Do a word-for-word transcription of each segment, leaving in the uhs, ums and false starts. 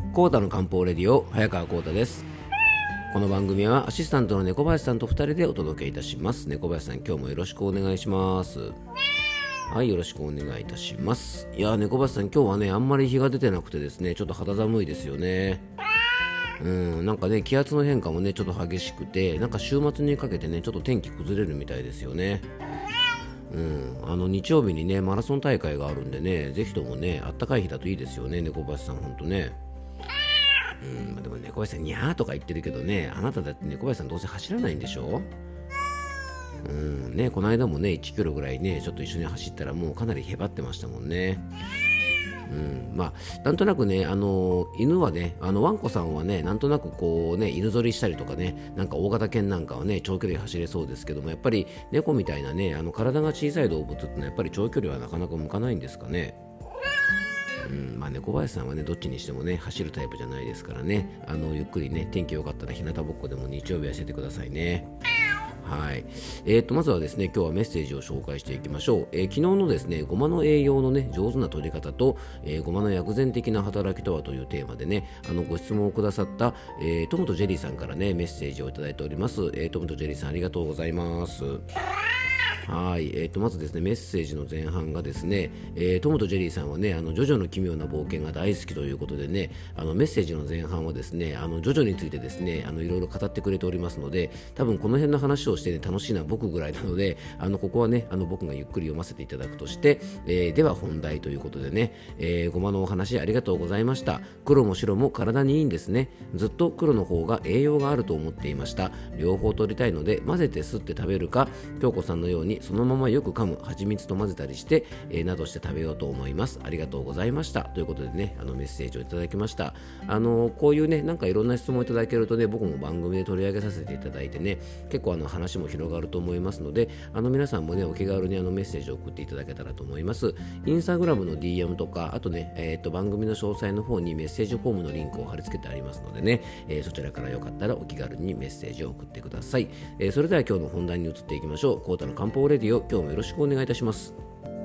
コータの漢方レディオ、早川コータです。この番組はアシスタントの猫林さんとふたりでお届けいたします。猫林さん、今日もよろしくお願いします。はい、よろしくお願いいたします。いやー、猫林さん、今日はねあんまり日が出てなくてですね、ちょっと肌寒いですよね。うん、なんかね気圧の変化もねちょっと激しくて、なんか週末にかけてねちょっと天気崩れるみたいですよね。うん、あの日曜日にねマラソン大会があるんでね、ぜひともねあったかい日だといいですよね。猫林さん、ほんとね。うん、でも猫林さんにゃーとか言ってるけどね、あなただって猫林さんどうせ走らないんでしょ。うんね、この間もねいちキロぐらいねちょっと一緒に走ったらもうかなりへばってましたもんね。うん、まあなんとなくね、あの犬はね、あのワンコさんはねなんとなくこうね犬ぞりしたりとかね、なんか大型犬なんかはね長距離走れそうですけども、やっぱり猫みたいなねあの体が小さい動物ってのはやっぱり長距離はなかなか向かないんですかね。うん、まあ猫林さんはねどっちにしてもね走るタイプじゃないですからね、あのゆっくりね天気良かったら日向ぼっこでも日曜日はしててくださいね。はい、えー、とまずはですね今日はメッセージを紹介していきましょう。えー、昨日のですねごまの栄養のね上手な取り方と、えー、ごまの薬膳的な働きとはというテーマでね、あのご質問をくださった、えー、トムとジェリーさんからねメッセージをいただいております。えー、トムとジェリーさん、ありがとうございます。はい、えー、とまずですねメッセージの前半がですね、えー、トムとジェリーさんはねあのジョジョの奇妙な冒険が大好きということでね、あのメッセージの前半はですねあのジョジョについてですねあのいろいろ語ってくれておりますので、多分この辺の話をして、ね、楽しいのは僕ぐらいなので、あのここはねあの僕がゆっくり読ませていただくとして、えー、では本題ということでね、えー、ごまのお話ありがとうございました。黒も白も体にいいんですね。ずっと黒の方が栄養があると思っていました。両方取りたいので混ぜてすって食べるか、京子さんのようにそのままよく噛む蜂蜜と混ぜたりして、えー、などして食べようと思います。ありがとうございましたということでね、あのメッセージをいただきました。あのこういうねなんかいろんな質問いただけるとね、僕も番組で取り上げさせていただいてね、結構あの話も広がると思いますので、あの皆さんもねお気軽にあのメッセージを送っていただけたらと思います。インスタグラムの ディーエム とか、あとね、えー、と番組の詳細の方にメッセージフォームのリンクを貼り付けてありますのでね、えー、そちらからよかったらお気軽にメッセージを送ってください。えー、それでは今日の本題に移っていきましょう。コータの漢方レディオ、今日もよろしくお願いいたします。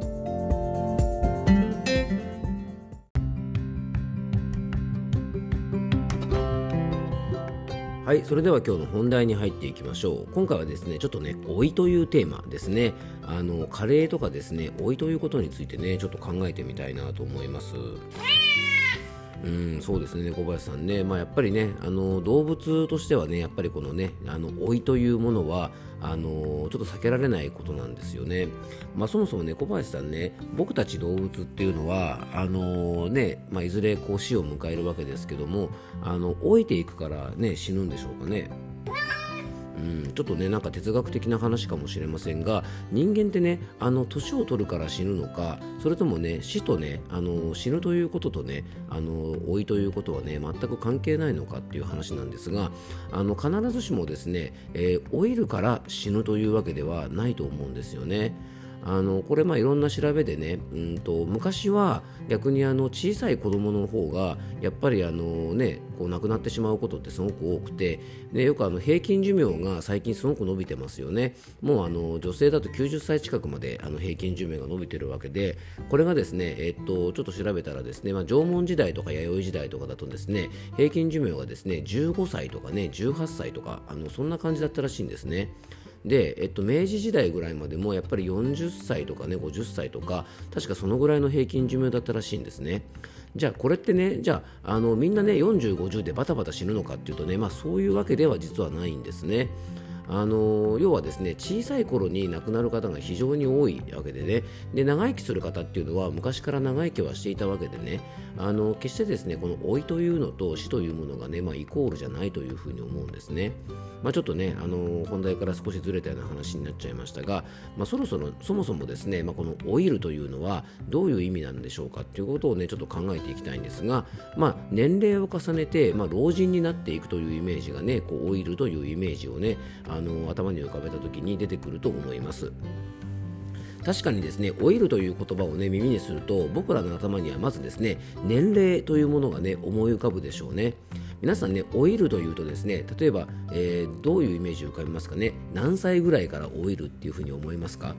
はい、それでは今日の本題に入っていきましょう。今回はですねちょっとね老いというテーマですね。あの加齢とかですね老いということについてねちょっと考えてみたいなと思います。うん、そうですね、小林さんね、まあ、やっぱりねあの動物としてはねやっぱりこのねあの老いというものはあのちょっと避けられないことなんですよね。まあ、そもそもね小林さんね、僕たち動物っていうのはあのね、まあ、いずれこう死を迎えるわけですけども、あの老いていくからね死ぬんでしょうかね。うん、ちょっとねなんか哲学的な話かもしれませんが、人間ってねあの年を取るから死ぬのか、それともね死とねあの死ぬということとねあの老いということはね全く関係ないのかっていう話なんですが、あの必ずしもですね、えー、老いるから死ぬというわけではないと思うんですよね。あのこれまあいろんな調べでね、うんと昔は逆にあの小さい子供の方がやっぱりあの、ね、こう亡くなってしまうことってすごく多くて、ね、よくあの平均寿命が最近すごく伸びてますよね。もうあの女性だときゅうじゅっさい近くまであの平均寿命が伸びてるわけで、これがですね、えっと、ちょっと調べたらですね、まあ、縄文時代とか弥生時代とかだとですね平均寿命がですねじゅうごさいとかねじゅうはっさいとかあのそんな感じだったらしいんですね。で、えっと、明治時代ぐらいまでもやっぱりよんじゅっさいとかねごじゅっさいとか確かそのぐらいの平均寿命だったらしいんですね。じゃあこれってね、じゃあ、あのみんなねよんじゅう、ごじゅうでバタバタ死ぬのかっていうとね、まあそういうわけでは実はないんですね。あの要はですね小さい頃に亡くなる方が非常に多いわけでね、で長生きする方っていうのは昔から長生きはしていたわけでね、あの決してですねこの老いというのと死というものがね、まあ、イコールじゃないというふうに思うんですね。まあ、ちょっとねあの本題から少しずれたような話になっちゃいましたが、まあ、そろそろそもそもですね、まあ、この老いるというのはどういう意味なんでしょうかということをねちょっと考えていきたいんですが、まあ、年齢を重ねて、まあ、老人になっていくというイメージがねこう老いるというイメージをねあの頭に浮かべた時に出てくると思います。確かにですね老いるという言葉をね耳にすると僕らの頭にはまずですね年齢というものがね思い浮かぶでしょうね。皆さんね老いるというとですね例えば、えー、どういうイメージを浮かべますかね。何歳ぐらいから老いるっていうふうに思いますか。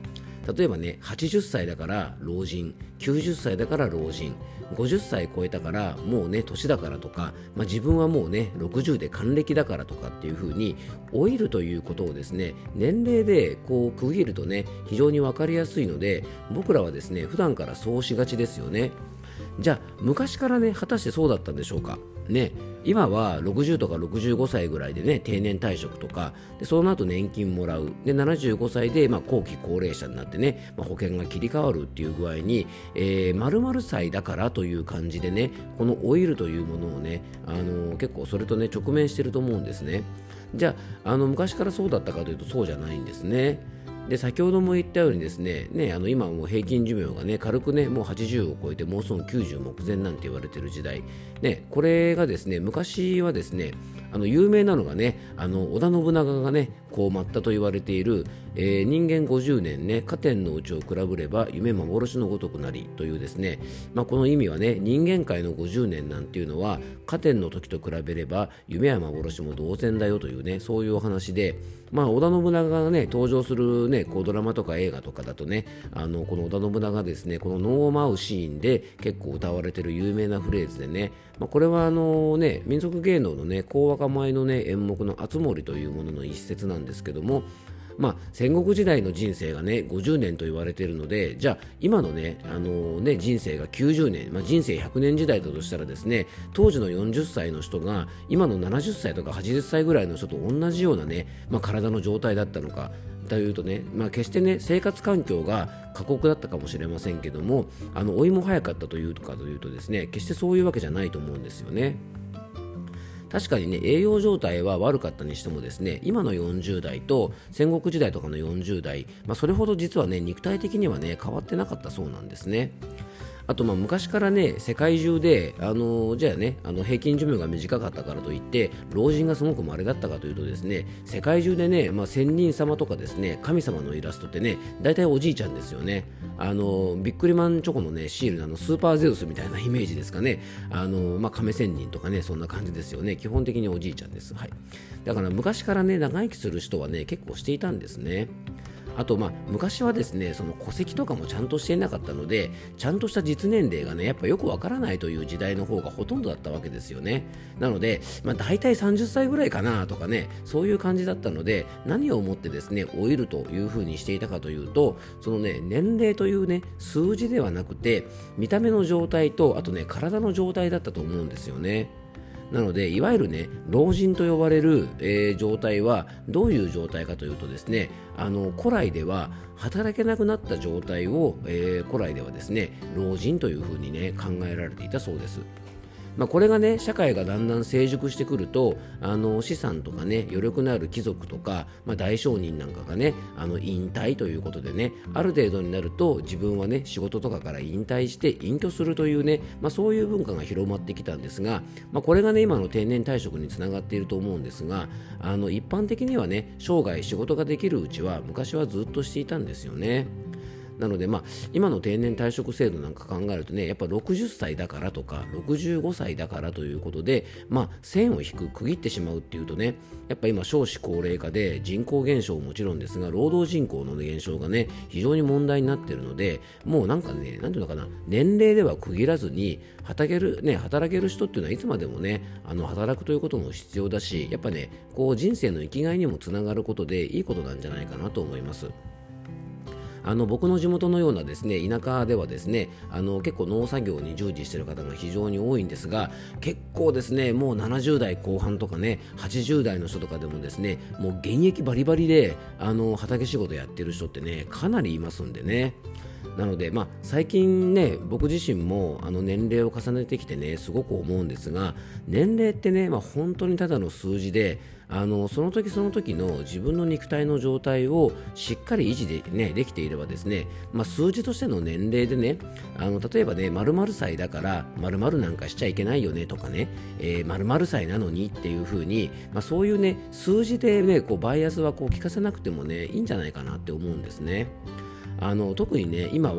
例えばねはちじゅっさいだから老人、きゅうじゅっさいだから老人、ごじゅっさい超えたからもうね年だからとか、まあ、自分はもうねろくじゅうで還暦だからとかっていう風に老いるということをですね年齢でこう区切るとね非常に分かりやすいので、僕らはですね普段からそうしがちですよね。じゃあ昔からね果たしてそうだったんでしょうかね。今はろくじゅうとかろくじゅうごさいぐらいでね定年退職とかで、その後年金もらうでななじゅうごさいで、まあ、後期高齢者になってね、まあ、保険が切り替わるっていう具合に、えー、〇〇歳だからという感じでねこの老いるというものをね、あのー、結構それとね直面してると思うんですね。じゃあ、あの昔からそうだったかというとそうじゃないんですね。で先ほども言ったようにですね、ねあの今もう平均寿命がね軽くねもうはちじゅうを超えてもうすぐきゅうじゅう目前なんて言われてる時代、ね、これがですね昔はですねあの有名なのがねあの織田信長がねこう舞ったと言われている、えー、人間ごじゅうねんね加点のうちを比べれば夢幻のごとくなりというですね、まあ、この意味はね人間界のごじゅうねんなんていうのは加点の時と比べれば夢や幻も同然だよというねそういうお話で、まあ、織田信長がね登場するねこうドラマとか映画とかだとねあのこの織田信長がですねこの能を舞うシーンで結構歌われている有名なフレーズでね、まあ、これはあのね民族芸能のね講和歌舞のね演目の敦盛というものの一節なんですけども、まあ、戦国時代の人生がねごじゅうねんと言われているので、じゃあ今のね、あのー、ね人生がきゅうじゅうねん、まあ、人生ひゃくねん時代だとしたらですね当時のよんじゅっさいの人が今のななじゅっさいとかはちじゅっさいぐらいの人と同じようなね、まあ、体の状態だったのかというとね、まあ、決してね生活環境が過酷だったかもしれませんけども、あの老いも早かったというかというとですね決してそういうわけじゃないと思うんですよね。確かにね栄養状態は悪かったにしてもですね今のよんじゅう代と戦国時代とかのよんじゅう代、まあ、それほど実はね肉体的にはね変わってなかったそうなんですね。あとまあ昔からね世界中で、あのー、じゃあねあの平均寿命が短かったからといって老人がすごく稀だったかというとですね世界中でね、まあ、仙人様とかですね神様のイラストってね大体おじいちゃんですよね。あのー、ビックリマンチョコのねシールのあのスーパーゼウスみたいなイメージですかね。あのー、まあ、亀仙人とかねそんな感じですよね。基本的におじいちゃんです、はい、だから昔からね長生きする人はね結構していたんですね。あとまあ昔はですねその戸籍とかもちゃんとしていなかったのでちゃんとした実年齢がねやっぱよくわからないという時代の方がほとんどだったわけですよね。なので、まあ、大体さんじゅっさいぐらいかなとかねそういう感じだったので何をもってですね老いるというふうにしていたかというとそのね年齢というね数字ではなくて見た目の状態とあとね体の状態だったと思うんですよね。なのでいわゆるね老人と呼ばれる、えー、状態はどういう状態かというとですねあの古来では働けなくなった状態を、えー、古来ではですね老人というふうにね考えられていたそうです。まあ、これがね社会がだんだん成熟してくるとあの資産とかね余力のある貴族とか、まあ、大商人なんかがねあの引退ということでねある程度になると自分はね仕事とかから引退して隠居するというね、まあ、そういう文化が広まってきたんですが、まあ、これがね今の定年退職につながっていると思うんですがあの一般的にはね生涯仕事ができるうちは昔はずっとしていたんですよね。なので、まあ、今の定年退職制度なんか考えるとねやっぱろくじゅっさいだからとかろくじゅうごさいだからということで、まあ、線を引く区切ってしまうっていうとねやっぱ今少子高齢化で人口減少ももちろんですが労働人口の減少がね非常に問題になっているのでもうなんかねなんていうのかな年齢では区切らずに働ける、ね、働ける人っていうのはいつまでもねあの働くということも必要だしやっぱねこう人生の生きがいにもつながることでいいことなんじゃないかなと思います。あの僕の地元のようなですね田舎ではですねあの結構農作業に従事している方が非常に多いんですが結構ですねもうななじゅう代後半とかねはちじゅう代の人とかでもですねもう現役バリバリであの畑仕事やってる人ってねかなりいますんでね。なので、まあ、最近ね僕自身もあの年齢を重ねてきてねすごく思うんですが年齢ってね、まあ、本当にただの数字であのその時その時の自分の肉体の状態をしっかり維持で、ね、できていればですね、まあ、数字としての年齢でねあの例えばね〇〇歳だから〇〇なんかしちゃいけないよねとかね、えー、〇〇歳なのにっていう風に、まあ、そういうね数字でねこうバイアスはこう聞かせなくてもねいいんじゃないかなって思うんですね。あの特にね今は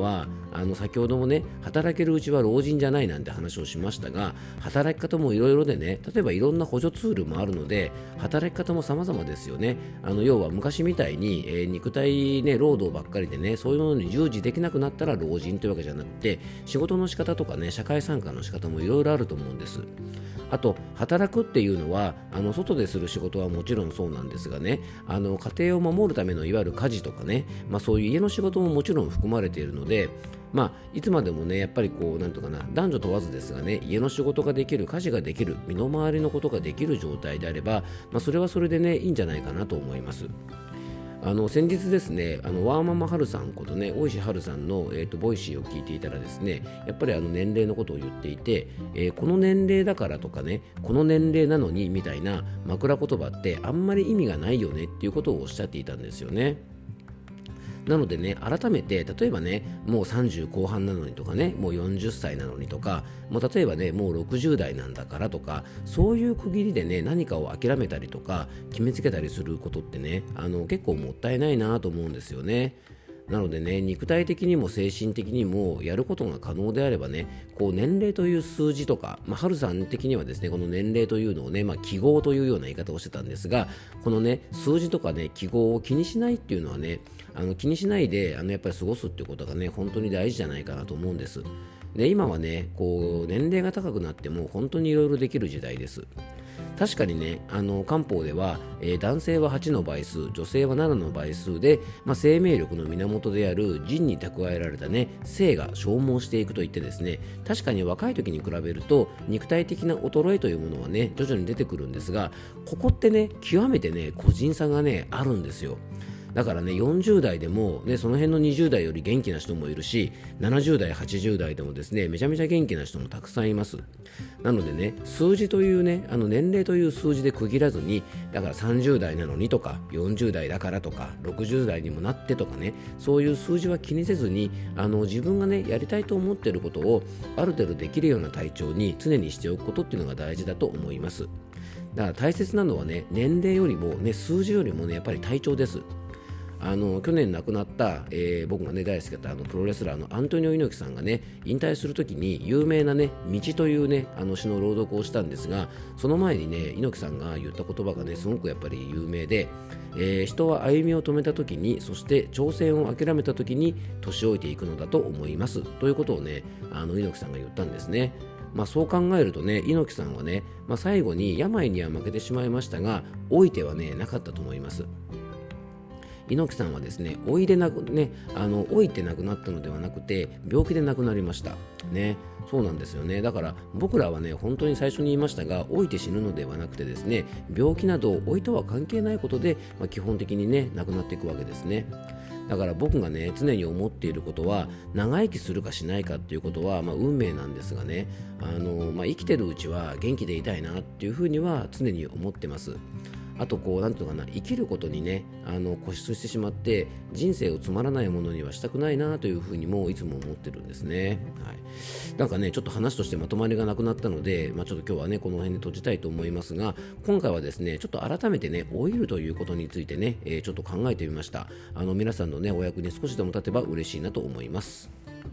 あの先ほどもね働けるうちは老人じゃないなんて話をしましたが、働き方もいろいろでね、例えばいろんな補助ツールもあるので働き方も様々ですよね。あの要は昔みたいに、えー、肉体、ね、労働ばっかりでねそういうものに従事できなくなったら老人というわけじゃなくて、仕事の仕方とかね社会参加の仕方もいろいろあると思うんです。あと働くっていうのはあの外でする仕事はもちろんそうなんですがね、あの家庭を守るためのいわゆる家事とかね、まあ、そういう家の仕事ももちろん含まれているので、まあ、いつまでもねやっぱりこうなんとかな男女問わずですがね、家の仕事ができる、家事ができる、身の回りのことができる状態であれば、まあ、それはそれでねいいんじゃないかなと思います。あの先日ですね、あのワーママハルさんことね大石春さんの、えー、とボイシーを聞いていたらですね、やっぱりあの年齢のことを言っていて、えー、この年齢だからとかね、この年齢なのにみたいな枕言葉ってあんまり意味がないよねっていうことをおっしゃっていたんですよね。なのでね、改めて例えばねもうさんじゅうこう半なのにとかね、もうよんじゅっさいなのにとか、もう例えばねもうろくじゅう代なんだからとか、そういう区切りでね何かを諦めたりとか決めつけたりすることってね、あの結構もったいないなと思うんですよね。なのでね、肉体的にも精神的にもやることが可能であればね、こう年齢という数字とか、まあ、春さん的にはですねこの年齢というのをね、まあ、記号というような言い方をしてたんですが、このね数字とかね記号を気にしないっていうのはね、あの気にしないであのやっぱり過ごすっていうことがね本当に大事じゃないかなと思うんです。で今はねこう年齢が高くなっても本当にいろいろできる時代です。確かにね、あの漢方では、えー、男性ははちの倍数、女性はななの倍数で、まあ、生命力の源である腎に蓄えられたね性が消耗していくといってですね、確かに若い時に比べると肉体的な衰えというものはね徐々に出てくるんですが、ここってね極めてね個人差がねあるんですよ。だからねよんじゅう代でも、ね、その辺のにじゅう代より元気な人もいるし、ななじゅう代はちじゅう代でもですねめちゃめちゃ元気な人もたくさんいます。なのでね、数字というねあの年齢という数字で区切らずに、だからさんじゅう代なのにとかよんじゅう代だからとかろくじゅう代にもなってとかね、そういう数字は気にせずに、あの自分がねやりたいと思っていることをある程度できるような体調に常にしておくことっていうのが大事だと思います。だから大切なのはね、年齢よりもね数字よりもねやっぱり体調です。あの去年亡くなった、えー、僕がね大好きだったあのプロレスラーのアントニオ猪木さんがね引退するときに有名なね道というねあの詩の朗読をしたんですが、その前にね猪木さんが言った言葉がねすごくやっぱり有名で、えー、人は歩みを止めたときに、そして挑戦を諦めたときに年老いていくのだと思いますということをねあの猪木さんが言ったんですね。まあ、そう考えるとね猪木さんはね、まあ、最後に病には負けてしまいましたが老いてはねなかったと思います。猪木さんはですね、老いでなくね、あの老いて亡くなったのではなくて病気で亡くなりましたね。そうなんですよね。だから僕らはね本当に最初に言いましたが、老いて死ぬのではなくてですね、病気など老いとは関係ないことで、まあ、基本的にね亡くなっていくわけですね。だから僕がね常に思っていることは、長生きするかしないかっていうことは、まあ、運命なんですがね、あの、まあ、生きてるうちは元気でいたいなっていうふうには常に思ってます。あとこうなんていうのかな、生きることにねあの固執してしまって人生をつまらないものにはしたくないなというふうにもいつも思ってるんですね。はい、なんかねちょっと話としてまとまりがなくなったので、まあ、ちょっと今日はねこの辺で閉じたいと思いますが、今回はですねちょっと改めてね老いるということについてね、えー、ちょっと考えてみました。あの皆さんのねお役に少しでも立てば嬉しいなと思います。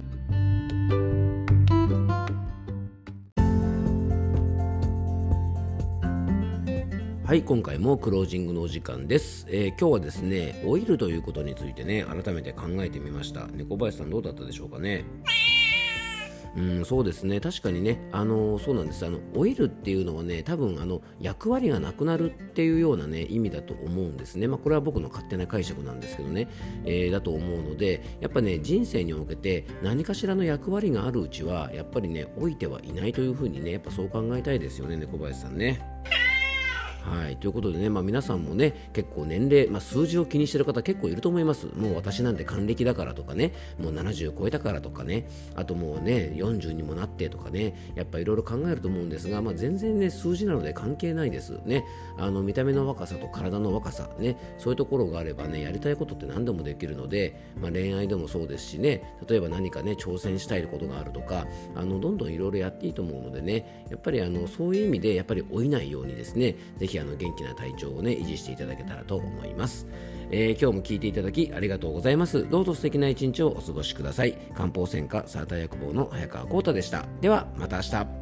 はい、今回もクロージングのお時間です。えー、今日はですね老いるということについてね改めて考えてみました。猫林さんどうだったでしょうかね。うん、そうですね、確かにね、あのー、そうなんです。あの老いるっていうのはね多分あの役割がなくなるっていうようなね意味だと思うんですね。まあこれは僕の勝手な解釈なんですけどね、えー、だと思うので、やっぱね人生におけて何かしらの役割があるうちはやっぱりね老いてはいないというふうにねやっぱそう考えたいですよね、猫林さんね。はい、ということでね、まあ、皆さんもね結構年齢、まあ、数字を気にしてる方結構いると思います。もう私なんて還暦だからとかね、もうななじゅう超えたからとかね、あともうねよんじゅうにもなってとかね、やっぱいろいろ考えると思うんですが、まあ、全然ね数字なので関係ないですね。あの見た目の若さと体の若さね、そういうところがあればねやりたいことって何でもできるので、まあ、恋愛でもそうですしね、例えば何かね挑戦したいことがあるとか、あのどんどんいろいろやっていいと思うのでね、やっぱりあのそういう意味でやっぱり老いないようにですね、ぜひあの元気な体調をね維持していただけたらと思います。 えー、今日も聞いていただきありがとうございます。どうぞ素敵な一日をお過ごしください。漢方専科サーター薬房の早川浩太でした。ではまた明日。